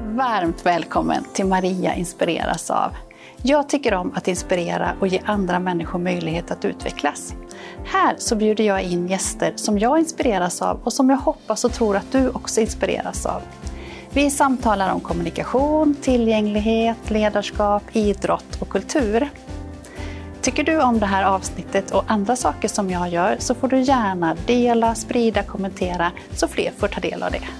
Varmt välkommen till Maria inspireras av. Jag tycker om att inspirera och ge andra människor möjlighet att utvecklas. Här så bjuder jag in gäster som jag inspireras av och som jag hoppas och tror att du också inspireras av. Vi samtalar om kommunikation, tillgänglighet, ledarskap, idrott och kultur. Tycker du om det här avsnittet och andra saker som jag gör så får du gärna dela, sprida, kommentera så fler får ta del av det.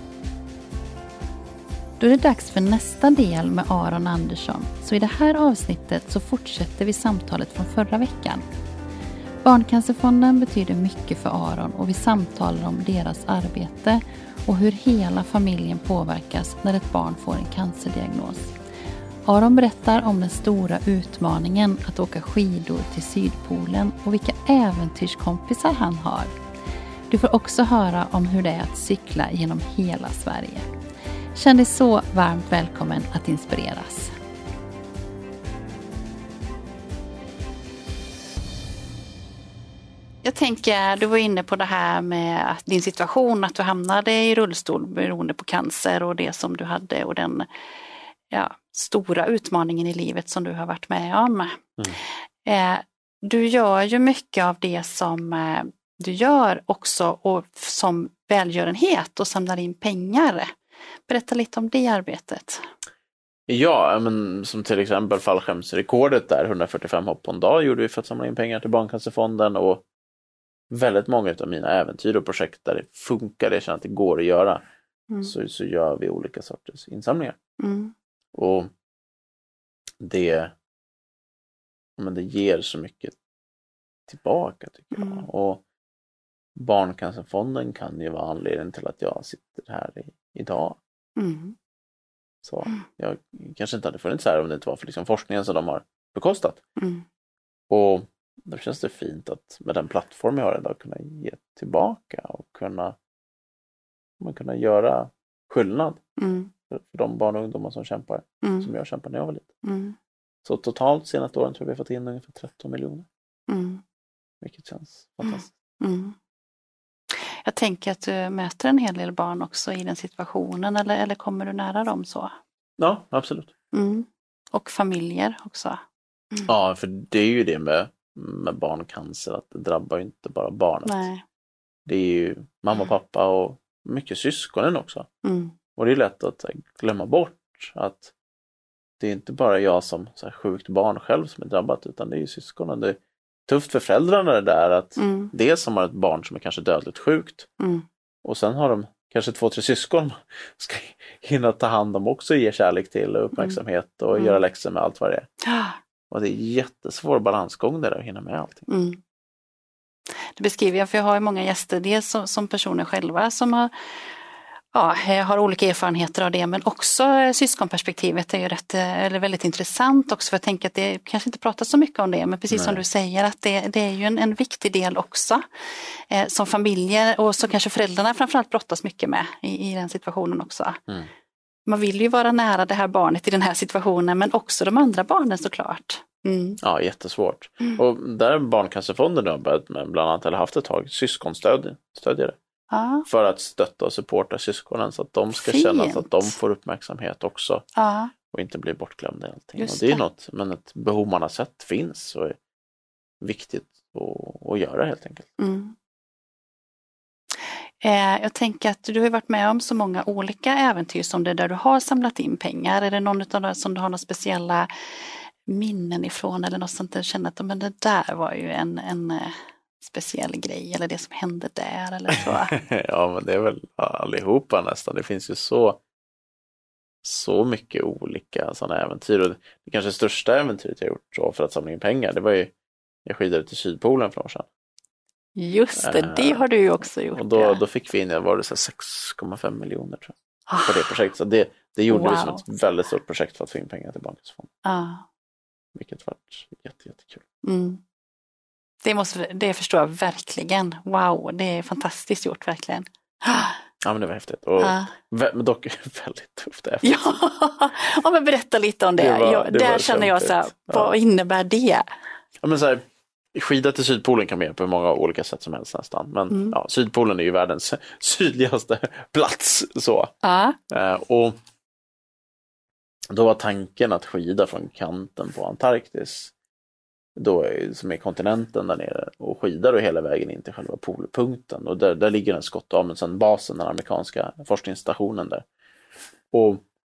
Då är det dags för nästa del med Aron Andersson. Så i det här avsnittet så fortsätter vi samtalet från förra veckan. Barncancerfonden betyder mycket för Aron och vi samtalar om deras arbete och hur hela familjen påverkas när ett barn får en cancerdiagnos. Aron berättar om den stora utmaningen att åka skidor till Sydpolen och vilka äventyrskompisar han har. Du får också höra om hur det är att cykla genom hela Sverige. Känn dig så varmt välkommen att inspireras. Jag tänker, du var inne på det här med att din situation, att du hamnade i rullstol beroende på cancer och det som du hade och den stora utmaningen i livet som du har varit med om. Du gör ju mycket av det som du gör också och som välgörenhet och samlar in pengar. Berätta lite om det arbetet. Ja, men som till exempel fallskärmsrekordet där, 145 hopp på en dag gjorde vi för att samla in pengar till Barncancerfonden och väldigt många av mina äventyr och projekt där det funkar, jag känner att det går att göra, så gör vi olika sorters insamlingar. Och det ger så mycket tillbaka tycker jag. Och Barncancerfonden kan ju vara anledningen till att jag sitter här idag. Så jag kanske inte hade funnits här om det inte var för liksom forskningen som de har bekostat. Och då känns det fint att med den plattform jag har idag kunna ge tillbaka och kunna göra skillnad för de barn och ungdomar som kämpar, som jag kämpade när jag var liten. Så totalt senaste åren tror jag vi har fått in ungefär 13 miljoner. Vilket känns fantastiskt. Jag tänker att du möter en hel del barn också i den situationen, eller kommer du nära dem så? Ja, absolut. Och familjer också. Ja, för det är ju det med barncancer, att det drabbar ju inte bara barnet. Nej. Det är ju mamma och pappa och mycket syskonen också. Och det är lätt att glömma bort att det är inte bara jag som så här sjukt barn själv som är drabbat, utan det är ju syskonen. Det är tufft för föräldrarna det där att det som har ett barn som är kanske dödligt sjukt och sen har de kanske 2-3 syskon ska hinna ta hand om också, ge kärlek till och uppmärksamhet och göra läxor med allt vad det är. Och det är jättesvår balansgång där att hinna med allting. Det beskriver jag, för jag har ju många gäster, dels som personer själva som har olika erfarenheter av det, men också syskonperspektivet är ju väldigt intressant också, för jag tänker att det kanske inte pratas så mycket om det, men precis som du säger att det är ju en viktig del också som familjer och som kanske föräldrarna framförallt brottas mycket med i den situationen också. Man vill ju vara nära det här barnet i den här situationen, men också de andra barnen såklart. Ja, jättesvårt. Och där Barncancerfonden har börjat med bland annat, eller haft ett tag, syskonstödjare. För att stötta och supporta syskonen så att de ska känna att de får uppmärksamhet också. Och inte bli bortglömda i allting. Och det är något, men ett behov man har sett finns och är viktigt att göra helt enkelt. Jag tänker att du har varit med om så många olika äventyr som det där du har samlat in pengar. Är det någon av dem som du har några speciella minnen ifrån eller något sånt där, känner att men det där var ju en speciell grej eller det som hände där eller så? Ja, men det är väl allihopa nästan. Det finns ju så mycket olika sådana äventyr. Och det kanske största äventyret jag gjort så för att samla in pengar, det var ju jag skidade till Sydpolen för några år sedan. Just det har du ju också gjort. Och då fick vi in, var det så 6,5 miljoner tror jag, på det projektet. Så det gjorde vi som ett väldigt stort projekt för att få in pengar till Barncancerfonden. Vilket var jättekul. Det förstår jag verkligen. Wow, det är fantastiskt gjort verkligen. Ja, men det var häftigt. Och men dock väldigt tufft efter. Ja, men berätta lite om det. Där känner jag så här, vad innebär det? Ja, men så här, skida till Sydpolen kan man göra på många olika sätt som helst nästan. Men Sydpolen är ju världens sydligaste plats. Så. Och Då var tanken att skida från kanten på Antarktis, då som är kontinenten där nere, och skida då hela vägen in till själva polpunkten. Och där ligger den Scott Amundsen-basen, den amerikanska forskningsstationen där. Och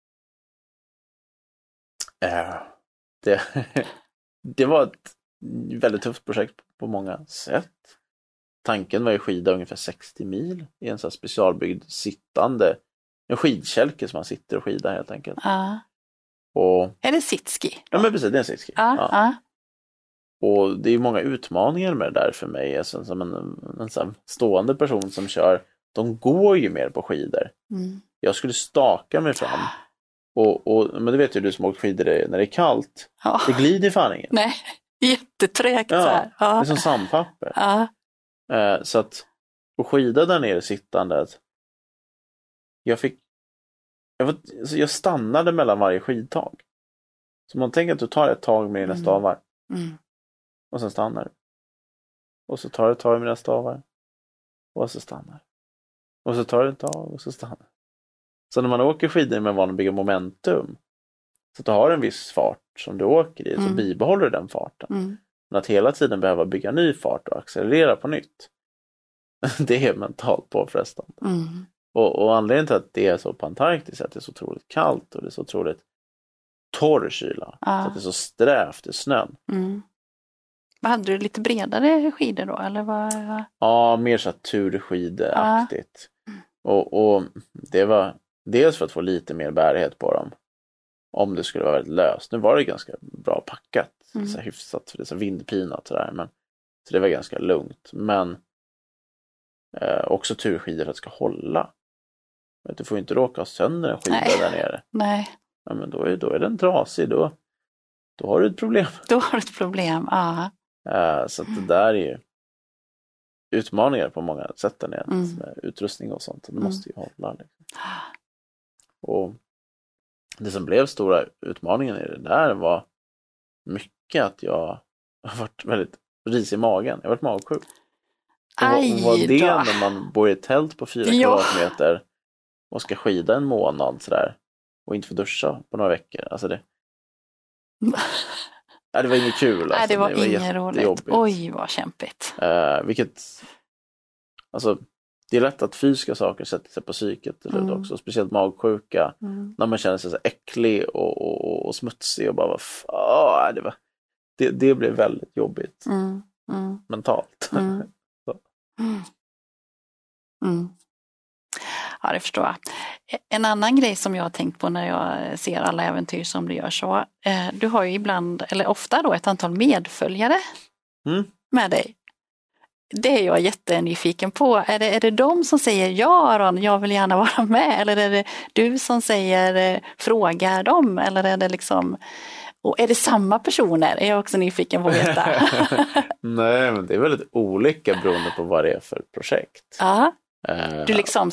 det var ett väldigt tufft projekt på många sätt. Tanken var ju skida ungefär 60 mil i en så här specialbyggd sittande, en skidkälke som man sitter och skidar helt enkelt. Och, är det sitski? Ja, men precis, det är en sitski. Och det är många utmaningar med det där för mig. Alltså, som en så här stående person som kör, de går ju mer på skidor. Jag skulle staka mig fram. Men det vet ju du som åker skidor när det är kallt. Det glider fan inget. Nej, jätteträgt så här. Det är som sandpapper. Så att på skida där nere sittande, jag stannade mellan varje skidtag. Så man tänker att du tar ett tag med dina stavar. Och sen stannar du. Och så tar du ett tag med dina stavar. Och så stannar. Och så tar du ett tag och så stannar. Så när man åker skidor med van att bygga momentum, så att du har en viss fart som du åker i, så bibehåller du den farten. Men att hela tiden behöva bygga ny fart och accelerera på nytt, det är mentalt påfrestande. Och anledningen till att det är så på Antarktis är att det är så otroligt kallt och det är så otroligt torr kyla. Så att det är så strävt i snön. Hade du lite bredare skidor då? Eller vad? Ja, mer så här turskidaktigt. Och det var dels för att få lite mer bärighet på dem. Om det skulle vara väldigt löst. Nu var det ganska bra packat. Så här hyfsat, för det är så vindpinat sådär. Så det var ganska lugnt. Men också turskidor för att det ska hålla. Men du får inte råka sönder en skida där nere. Nej. Ja, men då är den trasig. Då har du ett problem. Då har du ett problem, så att det där är ju utmaningar på många sätt där nere. Med utrustning och sånt. Det måste ju hålla. Liksom. Och det som blev stora utmaningen i det där var mycket att jag har varit väldigt risig i magen. Jag har varit magsjuk. Vad det när man bor i ett tält på 4 kvadratmeter och ska skida en månad sådär och inte få duscha på några veckor. Alltså det var inget kul. Alltså. Nej, det var inget roligt. Oj, vad kämpigt. Alltså, det är lätt att fysiska saker sätter sig på psyket också, speciellt magsjuka, när man känner sig så äcklig och smutsig och bara det blev väldigt jobbigt mentalt. Ja, det förstår jag. En annan grej som jag har tänkt på när jag ser alla äventyr som du gör så, du har ju ibland, eller ofta då, ett antal medföljare med dig. Det är jag jättenyfiken på. Är det de som säger ja Aron, jag vill gärna vara med? Eller är det du som säger frågar dem? Eller är det liksom, och är det samma personer? Är jag också nyfiken på att veta. Nej, men det är väldigt olika beroende på vad det är för projekt. Ja. Du liksom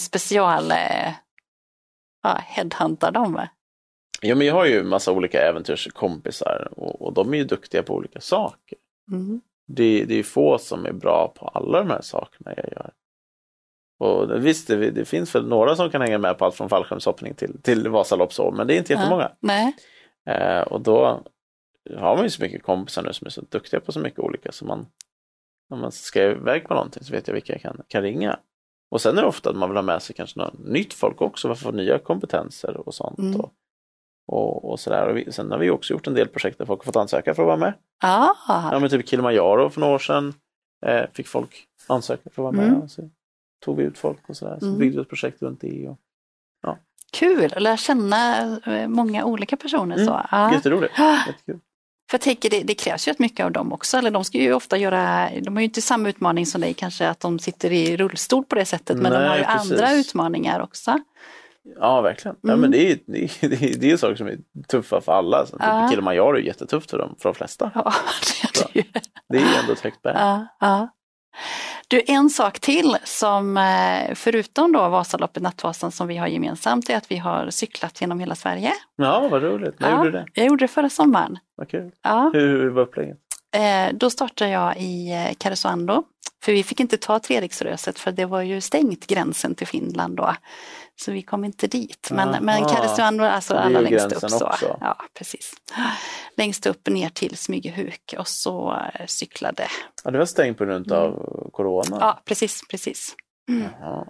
headhuntar dem. Ja, men jag har ju massa olika äventyrskompisar och de är ju duktiga på olika saker. Det är ju få som är bra på alla de här sakerna jag gör. Och visst, det finns väl några som kan hänga med på allt från fallskärmshoppning till Vasalopp så, men det är inte jättemånga. Nej. Och då har man ju så mycket kompisar nu som är så duktiga på så mycket olika, så när man ska iväg på någonting så vet jag vilka jag kan ringa. Och sen är det ofta att man vill ha med sig kanske något nytt folk också för att få nya kompetenser och sånt. Och sådär. Och sen har vi också gjort en del projekt där folk har fått ansöka för att vara med. Ja, men typ Kilimanjaro för några år sedan fick folk ansöka för att vara med. Så tog vi ut folk och sådär. Så byggde vi ett projekt runt det. Och, kul, att lära känna många olika personer. Så. Jätteroligt, jättekul. För jag tänker, det krävs ju mycket av dem också. Eller de ska ju ofta de har ju inte samma utmaning som dig kanske, att de sitter i rullstol på det sättet. Men de har ju andra utmaningar också. Ja, verkligen. Ja, men det är saker som är tuffa för alla. Så Kilimanjaro är jättetufft för de flesta. Ja, det är ju ändå ett högt berg. Du, en sak till som förutom då Vasaloppet, Nattvasan som vi har gemensamt, är att vi har cyklat genom hela Sverige. Ja, vad roligt. När gjorde du det? Jag gjorde det förra sommaren. Vad kul. Hur var upplägget? Då startade jag i Karesuando. För vi fick inte ta Treriksröset för det var ju stängt gränsen till Finland då. Så vi kom inte dit. Men Karesuando, alltså alla längst upp så. Också. Ja, precis. Längst upp ner till Smygehuk och så cyklade. Ja, det var stängt på grund av corona. Ja, precis. Jaha,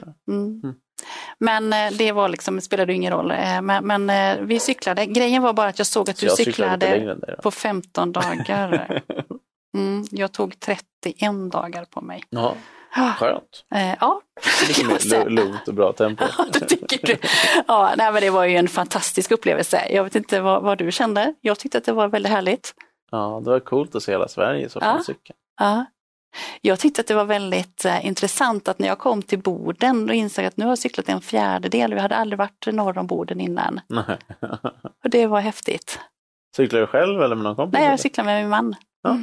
Men det var liksom, spelade ingen roll. Men vi cyklade. Grejen var bara att jag såg att du cyklade på 15 dagar. Jag tog 31 dagar på mig. Ja, skönt. Ja. Lite mer lugnt och bra tempo. Ja, det tycker du. Ja, nej, men det var ju en fantastisk upplevelse. Jag vet inte vad du kände. Jag tyckte att det var väldigt härligt. Ja, det var coolt att se hela Sverige så från cykeln. Ja. Jag tyckte att det var väldigt intressant att när jag kom till Boden och insåg att nu har jag cyklat 1/4. Vi hade aldrig varit norr om Boden innan. Nej. Och det var häftigt. Cyklar du själv eller med någon kompis? Nej, jag cyklar med min man.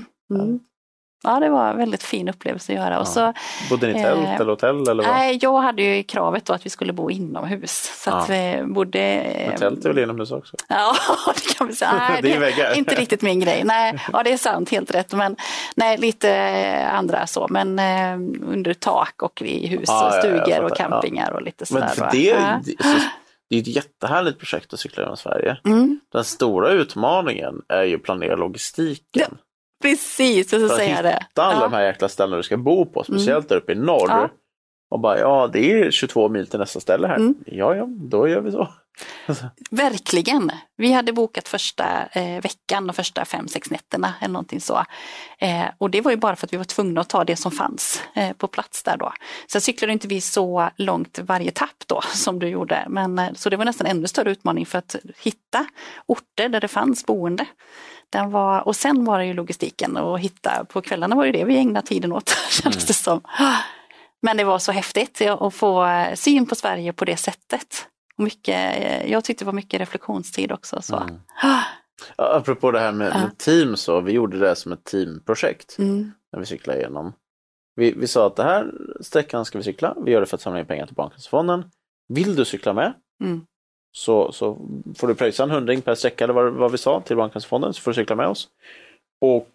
Ja, det var en väldigt fin upplevelse att göra. Ja. Och så, bodde ni i tält eller hotell? Eller vad? Nej, jag hade ju kravet då att vi skulle bo inomhus. Så att vi bodde... Men tält är väl inomhus också? Ja, det kan vi säga. Nej, det är väggar. Inte riktigt min grej. Nej, ja, det är sant, helt rätt. Men nej, lite andra så. Men under tak och i hus och stugor och campingar och lite sådär. Men för det är ett jättehärligt projekt att cykla genom Sverige. Den stora utmaningen är ju att planera logistiken. Ja. Precis, och så säger jag det. Hitta alla de här jäkla ställena du ska bo på, speciellt där uppe i norr. Ja. Och bara, det är 22 mil till nästa ställe här. Ja, då gör vi så. Verkligen. Vi hade bokat första veckan och första 5-6 nätterna eller någonting så. Och det var ju bara för att vi var tvungna att ta det som fanns på plats där då. Sen cyklade inte vi så långt varje tapp då som du gjorde. Så det var nästan ännu större utmaning för att hitta orter där det fanns boende. Och sen var det ju logistiken och hitta på kvällarna var ju det vi ägnade tiden åt, kändes det som. Men det var så häftigt att få syn på Sverige på det sättet. Jag tyckte det var mycket reflektionstid också. Så. Apropå det här med team så, vi gjorde det som ett teamprojekt när vi cyklade igenom. Vi sa att det här sträckan ska vi cykla, vi gör det för att samla in pengar till Barncancerfonden. Vill du cykla med? Så får du pröjsa en 100 per sträcka eller vad vi sa till Barncancerfonden, så får du cykla med oss. Och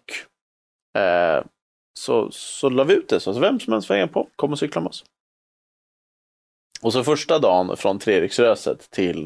så la vi ut det, så vem som helst vägen på, kom och cykla med oss. Och så första dagen från Treriksröset till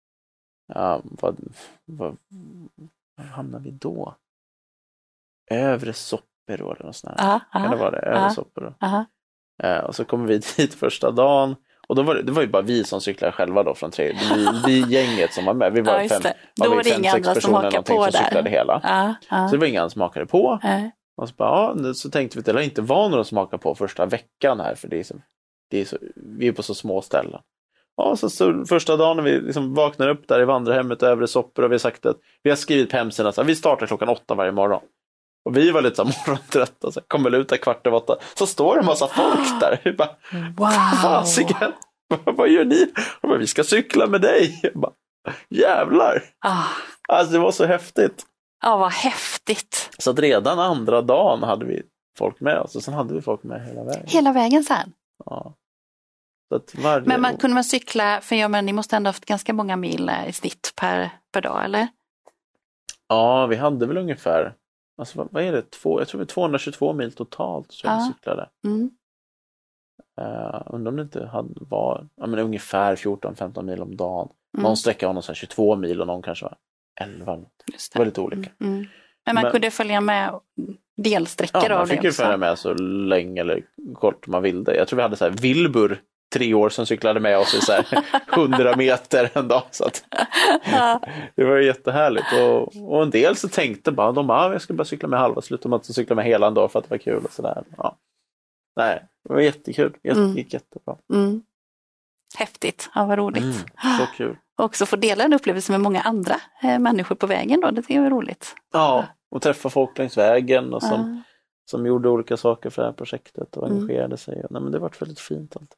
vad hamnar vi då? Övre Soppero eller något sånt där. Kan det vara det? Övre Soppero. Och så kommer vi dit första dagen. Och då det var ju bara vi som cyklade själva då från vi gänget som var med. Vi var 5-6 personer någonting som cyklade hela. Så det var inga som hakade på. Och så tänkte vi att det inte var några som hakade på första veckan här, för vi är på så små ställen. Ja, så första dagen när vi liksom vaknar upp där i vandrarhemmet Övre Soppero, och vi har sagt att vi har skrivit på hemsidan att vi startar 8:00 varje morgon. Och vi var lite så morgontrötta, så kommer ut där 7:15, så står det en massa folk där. Vi bara, fasiken, vad gör ni? Och bara, vi ska cykla med dig. Jag bara, jävlar. Alltså det var så häftigt. Ja, vad häftigt. Så att redan andra dagen hade vi folk med oss, och sen hade vi folk med hela vägen. Hela vägen sen? Ja. Så att men kunde man cykla, för ni måste ändå ha haft ganska många mil i snitt per dag, eller? Ja, vi hade väl ungefär, alltså vad är det? Jag tror vi 222 mil totalt så vi cyklade. Undrar om det inte var ungefär 14-15 mil om dagen. Någon sträcka var någon 22 mil och någon kanske var 11. Det var lite olika. Men man kunde följa med delsträckor av det. Ja, man fick ju följa med så länge eller kort man ville. Jag tror vi hade så här Wilbur 3 år som cyklade med oss i så här 100 meter en dag. Så att, det var ju jättehärligt. Och en del så tänkte bara, jag ska bara cykla med halva, sluta med att cykla med hela en dag för att det var kul och sådär. Ja. Nej, det var jättekul. Gick jättebra. Häftigt, ja, vad roligt. Så kul. Och också få dela en upplevelse med många andra människor på vägen då, det tycker jag är roligt. Ja, och träffa folk längs vägen och som gjorde olika saker för det här projektet och engagerade sig. Nej, men det var väldigt fint allt.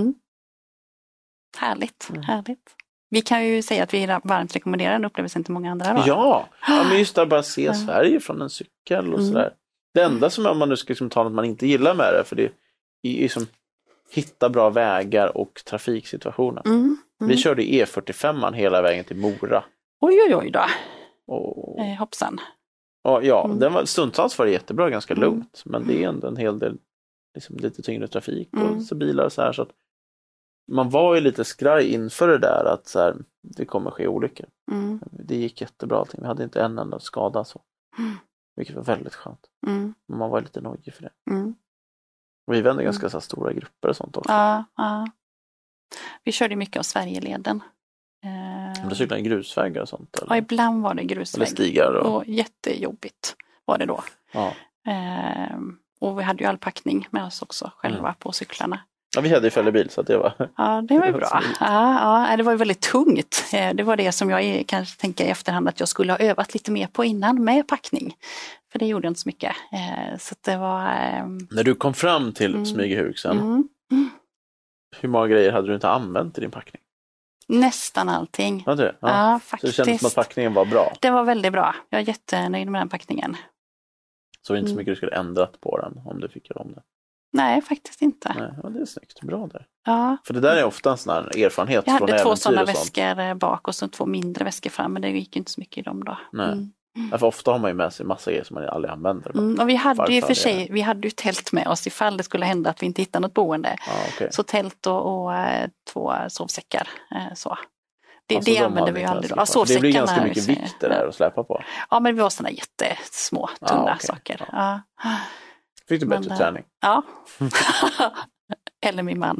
Härligt. Vi kan ju säga att vi varmt rekommenderar den upplevelsen till många andra. Ja, men just där bara se Sverige från en cykel och sådär. Det enda som om man nu ska ta något man inte gillar med det, för det är som hitta bra vägar och trafiksituationer. Vi körde E45 hela vägen till Mora. Oj då. Hoppsan. Ja, den var, stundtals var det jättebra, ganska lugnt. Men det är ändå en hel del liksom, lite tyngre trafik och så bilar så här. Så att man var ju lite skraj inför det där att så här, det kommer ske olyckor. Det gick jättebra allting. Vi hade inte en enda skada så. Vilket var väldigt skönt. Men man var lite nojig för det. Och vi vände ganska så här, stora grupper och sånt också. Ja. Vi körde mycket av Sverigeleden. Men det cyklade grusvägar och sånt? Eller? Ja, ibland var det grusväg. Eller stigar? Och jättejobbigt var det då. Ja. Och vi hade ju all packning med oss också själva på cyklarna. Ja, vi hade ju fällebil så att det var... Ja, det var ju bra. Ja, det var ju väldigt tungt. Det var det som jag kanske tänker i efterhand att jag skulle ha övat lite mer på innan med packning. För det gjorde inte så mycket. Så att det var... När du kom fram till Smygehuk sen, hur många grejer hade du inte använt i din packning? Nästan allting. Ja, faktiskt. Så det kändes som att packningen var bra? Det var väldigt bra. Jag är jättenöjd med den packningen. Så det är inte så mycket du skulle ändrat på den om du fick göra om det? Nej, faktiskt inte. Nej, ja, det är snyggt. Bra där. Ja. För det där är ofta en sån här erfarenhet från äventyr. Jag hade 2 sådana väskor bak och så 2 mindre väskor fram, men det gick inte så mycket i dem då. Nej. Ja, för ofta har man ju med sig massa grejer som man aldrig använder. Och vi hade ju för sig, vi hade ju tält med oss ifall det skulle hända att vi inte hittade något boende. Okay. Så tält och 2 sovsäckar. Så. Det använde vi ju aldrig då. Ja, det blir ganska mycket vikt där att släppa på. Ja, men det var sådana jättesmå, tunna saker. Ja. Fick du bättre träning? Ja. Eller min man.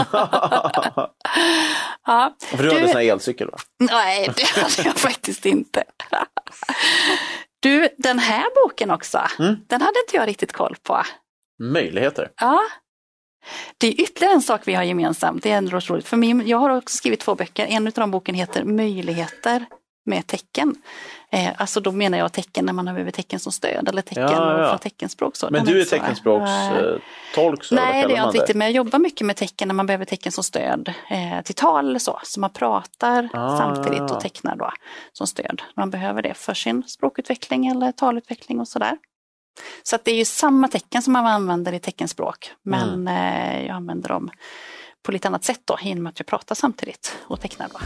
Ja. För du hade sån här elcykel va? Nej, det hade jag faktiskt inte. Du, den här boken också, den hade inte jag riktigt koll på. Möjligheter. Ja. Det är ytterligare en sak vi har gemensamt. Det är ändå roligt. För jag har också skrivit 2 böcker. En av de boken heter Möjligheter med tecken. Alltså då menar jag tecken när man behöver tecken som stöd eller tecken från teckenspråk. Så. Men du är teckenspråkstolk? Nej, det är jag inte riktigt. Men jag jobbar mycket med tecken när man behöver tecken som stöd till tal eller så. Så man pratar samtidigt och tecknar då som stöd. Man behöver det för sin språkutveckling eller talutveckling och sådär. Så att det är ju samma tecken som man använder i teckenspråk. Men jag använder dem på lite annat sätt då, genom att jag pratar samtidigt och tecknar då.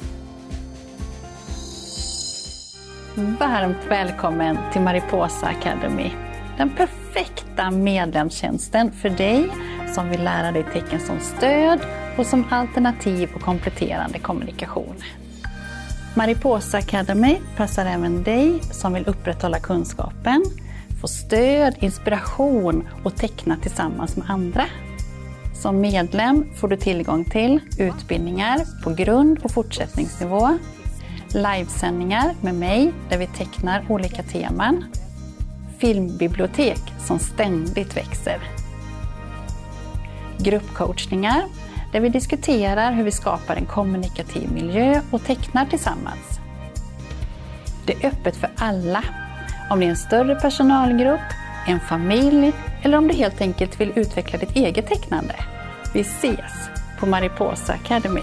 Varmt välkommen till Mariposa Academy. Den perfekta medlemstjänsten för dig som vill lära dig tecken som stöd och som alternativ och kompletterande kommunikation. Mariposa Academy passar även dig som vill upprätthålla kunskapen, få stöd, inspiration och teckna tillsammans med andra. Som medlem får du tillgång till utbildningar på grund- och fortsättningsnivå, livesändningar med mig där vi tecknar olika teman, filmbibliotek som ständigt växer, gruppcoachningar där vi diskuterar hur vi skapar en kommunikativ miljö och tecknar tillsammans. Det är öppet för alla, om det är en större personalgrupp, en familj eller om du helt enkelt vill utveckla ditt eget tecknande. Vi ses på Mariposa Academy.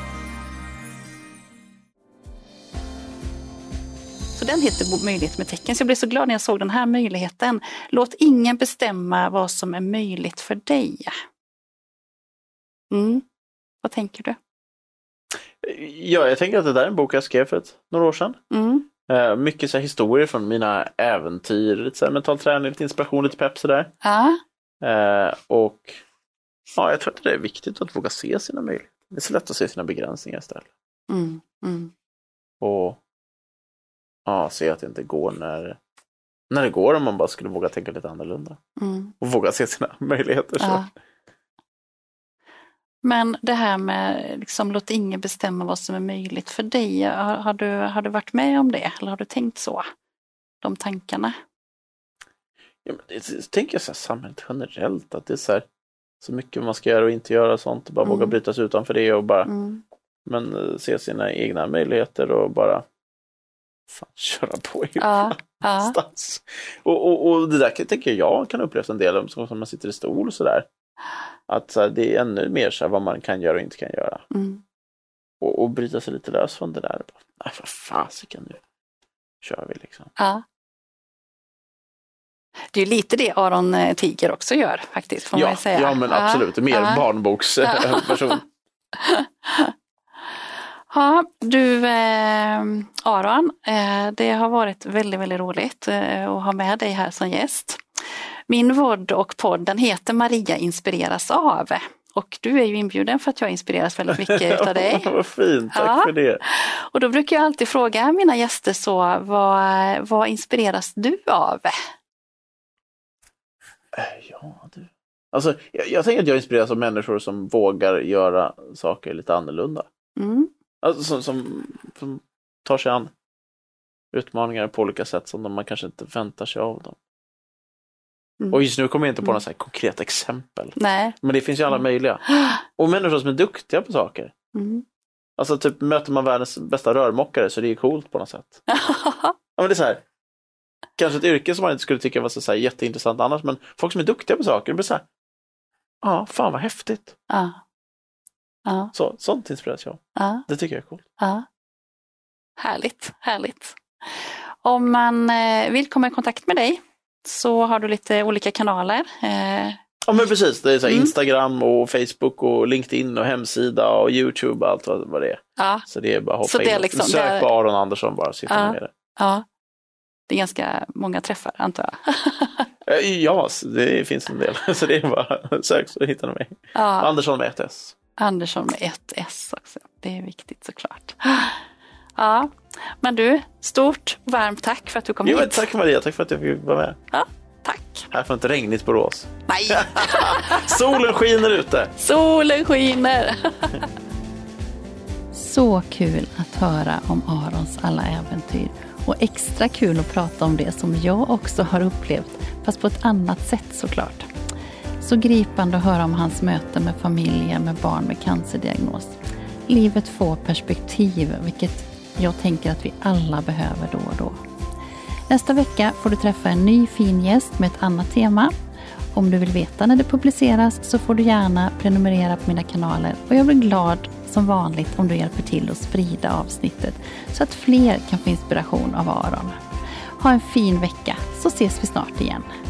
Så den heter Möjlighet med tecken. Så jag blev så glad när jag såg den här möjligheten. Låt ingen bestämma vad som är möjligt för dig. Vad tänker du? Ja, jag tänker att det där är en bok jag skrev för några år sedan. Mycket så här historier från mina äventyr, lite så här mental träning, lite inspiration, lite pepp sådär. Och ja, jag tror att det är viktigt att våga se sina möjligheter. Det är så lätt att se sina begränsningar istället. Och se att det inte går när det går, om man bara skulle våga tänka lite annorlunda. Och våga se sina möjligheter. Så. Men det här med liksom, låt ingen bestämma vad som är möjligt för dig. Har du varit med om det? Eller har du tänkt så? De tankarna? Ja, men det tänker jag så här, samhället generellt. Att det är så mycket man ska göra och inte göra sånt. Och bara våga bryta sig utanför det och bara men se sina egna möjligheter och bara köra på någonstans. Och det där tänker jag kan upplevas en del om som man sitter i stol och sådär. Att så här, det är ännu mer så här, vad man kan göra och inte kan göra. Och bryta sig lite lös från det där. Nej, vad fasiken, nu kör vi liksom. Det är ju lite det Aron Tiger också gör faktiskt, får man säga. Ja, men absolut. Mer barnboksperson. Ja, du Aron, det har varit väldigt, väldigt roligt att ha med dig här som gäst. Min vård och podd, den heter Maria inspireras av. Och du är ju inbjuden för att jag inspireras väldigt mycket av dig. Vad fint, tack för det. Och då brukar jag alltid fråga mina gäster så, vad inspireras du av? Ja, du. Alltså, jag tänker att jag inspireras av människor som vågar göra saker lite annorlunda. Alltså, som tar sig an utmaningar på olika sätt som man kanske inte väntar sig av dem. Och just nu kommer jag inte på några så här konkreta exempel. Nej. Men det finns ju alla möjliga. Och människor som är duktiga på saker. Alltså typ möter man världens bästa rörmokare så det är coolt på något sätt. Ja, men det är så här. Kanske ett yrke som man inte skulle tycka var så här jätteintressant annars, men folk som är duktiga på saker, det blir så här. Ja, fan vad häftigt. Sånt inspireras jag. Det tycker jag är coolt. Härligt. Om man vill komma i kontakt med dig så har du lite olika kanaler. Ja, men precis. Det är så här Instagram och Facebook och LinkedIn och hemsida och YouTube och allt vad det är. Ja. Så det är bara hoppa in. Liksom, sök på Aron Andersson bara så hittar man med det. Ja. Det är ganska många träffar, antar jag. Ja, det finns en del. Så det är bara sök så hittar de mig. Ja. Andersson med ett S. Andersson med ett S också. Det är viktigt såklart. Ja, men du, stort varmt tack för att du kom hit. Tack Maria, tack för att jag fick vara med. Ja, tack. Här får inte regnigt på Borås. Nej. Solen skiner ute. Solen skiner. Så kul att höra om Arons alla äventyr. Och extra kul att prata om det som jag också har upplevt, fast på ett annat sätt såklart. Så gripande att höra om hans möte med familjer med barn med cancerdiagnos. Livet får perspektiv, vilket jag tänker att vi alla behöver då och då. Nästa vecka får du träffa en ny fin gäst med ett annat tema. Om du vill veta när det publiceras så får du gärna prenumerera på mina kanaler. Och jag blir glad som vanligt om du hjälper till att sprida avsnittet så att fler kan få inspiration av Aron. Ha en fin vecka så ses vi snart igen.